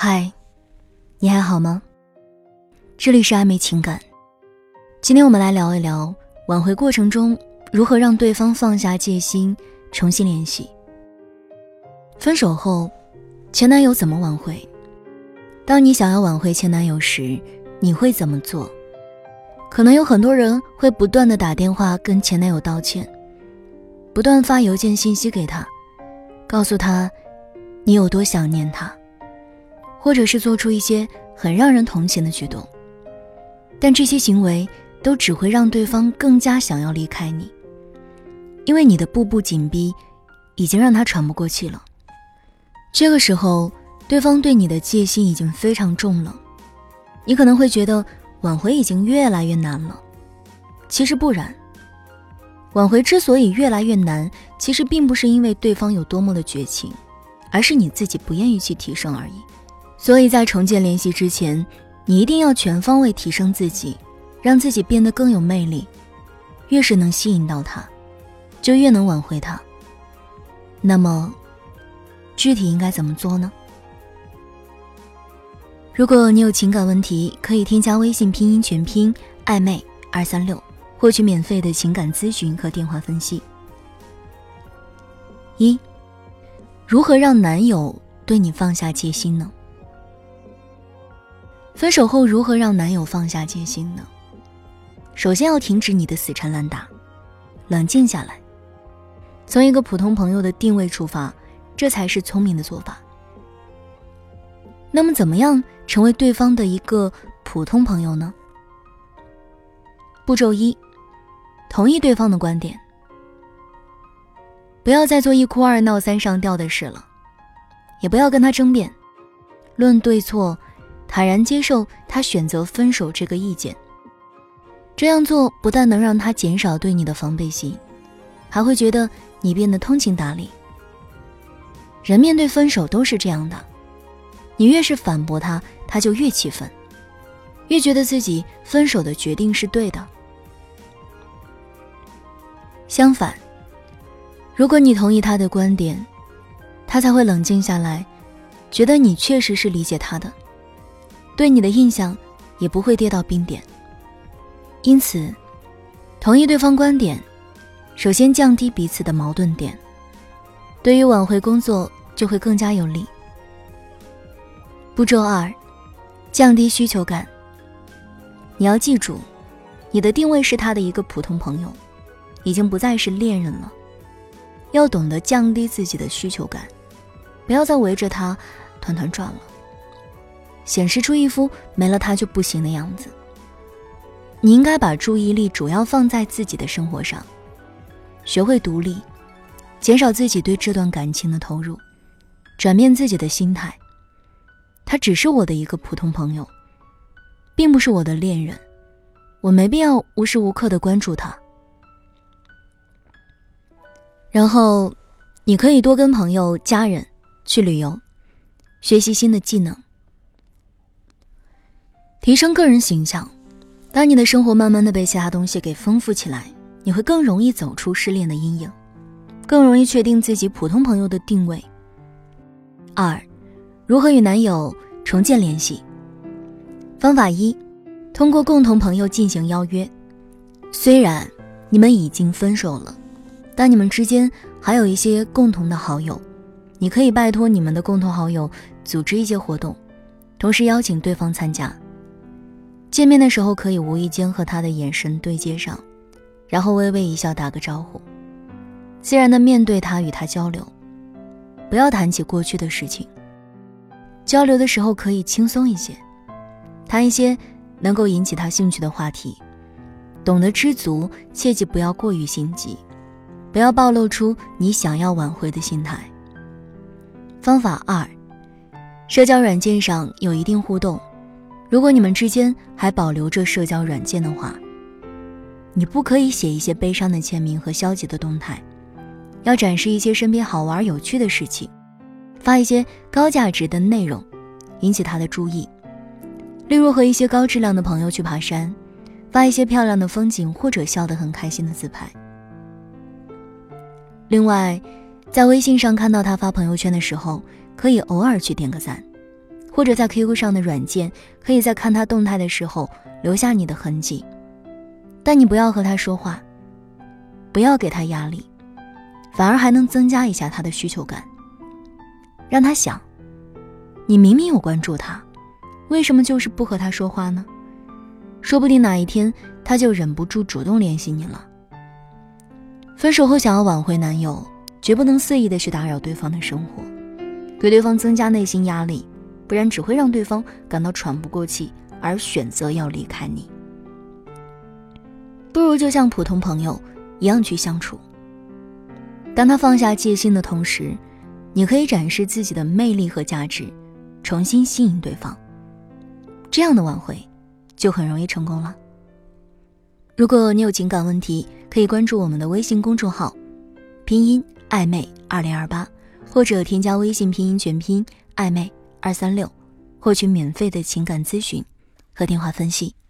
嗨，你还好吗？这里是暧昧情感。今天我们来聊一聊挽回过程中如何让对方放下戒心，重新联系。分手后，前男友怎么挽回？当你想要挽回前男友时，你会怎么做？可能有很多人会不断地打电话跟前男友道歉，不断发邮件信息给他，告诉他你有多想念他，或者是做出一些很让人同情的举动，但这些行为都只会让对方更加想要离开你，因为你的步步紧逼已经让他喘不过气了。这个时候，对方对你的戒心已经非常重了，你可能会觉得挽回已经越来越难了。其实不然，挽回之所以越来越难，其实并不是因为对方有多么的绝情，而是你自己不愿意去提升而已。所以在重建联系之前，你一定要全方位提升自己，让自己变得更有魅力。越是能吸引到他，就越能挽回他。那么具体应该怎么做呢？如果你有情感问题，可以添加微信拼音全拼暧昧236，获取免费的情感咨询和电话分析。1. 如何让男友对你放下戒心呢？分手后如何让男友放下戒心呢？首先要停止你的死缠烂打，冷静下来，从一个普通朋友的定位出发，这才是聪明的做法。那么怎么样成为对方的一个普通朋友呢？步骤1，同意对方的观点。不要再做一哭二闹三上吊的事了，也不要跟他争辩，论对错，坦然接受他选择分手这个意见。这样做不但能让他减少对你的防备心，还会觉得你变得通情达理。人面对分手都是这样的，你越是反驳他，他就越气愤，越觉得自己分手的决定是对的。相反，如果你同意他的观点，他才会冷静下来，觉得你确实是理解他的，对你的印象也不会跌到冰点。因此，同意对方观点，首先降低彼此的矛盾点，对于挽回工作就会更加有利。步骤2，降低需求感。你要记住，你的定位是他的一个普通朋友，已经不再是恋人了。要懂得降低自己的需求感，不要再围着他团团转了，显示出一副没了他就不行的样子。你应该把注意力主要放在自己的生活上，学会独立，减少自己对这段感情的投入，转变自己的心态。他只是我的一个普通朋友，并不是我的恋人，我没必要无时无刻地关注他。然后你可以多跟朋友、家人去旅游，学习新的技能，提升个人形象。当你的生活慢慢地被其他东西给丰富起来，你会更容易走出失恋的阴影，更容易确定自己普通朋友的定位。2. 如何与男友重建联系？方法1，通过共同朋友进行邀约。虽然你们已经分手了，但你们之间还有一些共同的好友，你可以拜托你们的共同好友组织一些活动，同时邀请对方参加。见面的时候可以无意间和他的眼神对接上，然后微微一笑打个招呼，自然地面对他与他交流，不要谈起过去的事情。交流的时候可以轻松一些，谈一些能够引起他兴趣的话题，懂得知足，切记不要过于心急，不要暴露出你想要挽回的心态。方法2，社交软件上有一定互动，如果你们之间还保留着社交软件的话，你不可以写一些悲伤的签名和消极的动态，要展示一些身边好玩有趣的事情，发一些高价值的内容，引起他的注意。例如和一些高质量的朋友去爬山，发一些漂亮的风景或者笑得很开心的自拍。另外，在微信上看到他发朋友圈的时候，可以偶尔去点个赞， 或者在 QQ 上的软件，可以在看他动态的时候留下你的痕迹。但你不要和他说话，不要给他压力，反而还能增加一下他的需求感。让他想，你明明有关注他，为什么就是不和他说话呢？说不定哪一天他就忍不住主动联系你了。分手后想要挽回男友，绝不能肆意的去打扰对方的生活，给对方增加内心压力，不然只会让对方感到喘不过气，而选择要离开你。不如就像普通朋友一样去相处。当他放下戒心的同时，你可以展示自己的魅力和价值，重新吸引对方，这样的挽回就很容易成功了。如果你有情感问题，可以关注我们的微信公众号拼音暧昧2028，或者添加微信拼音全拼暧昧236，获取免费的情感咨询和电话分析。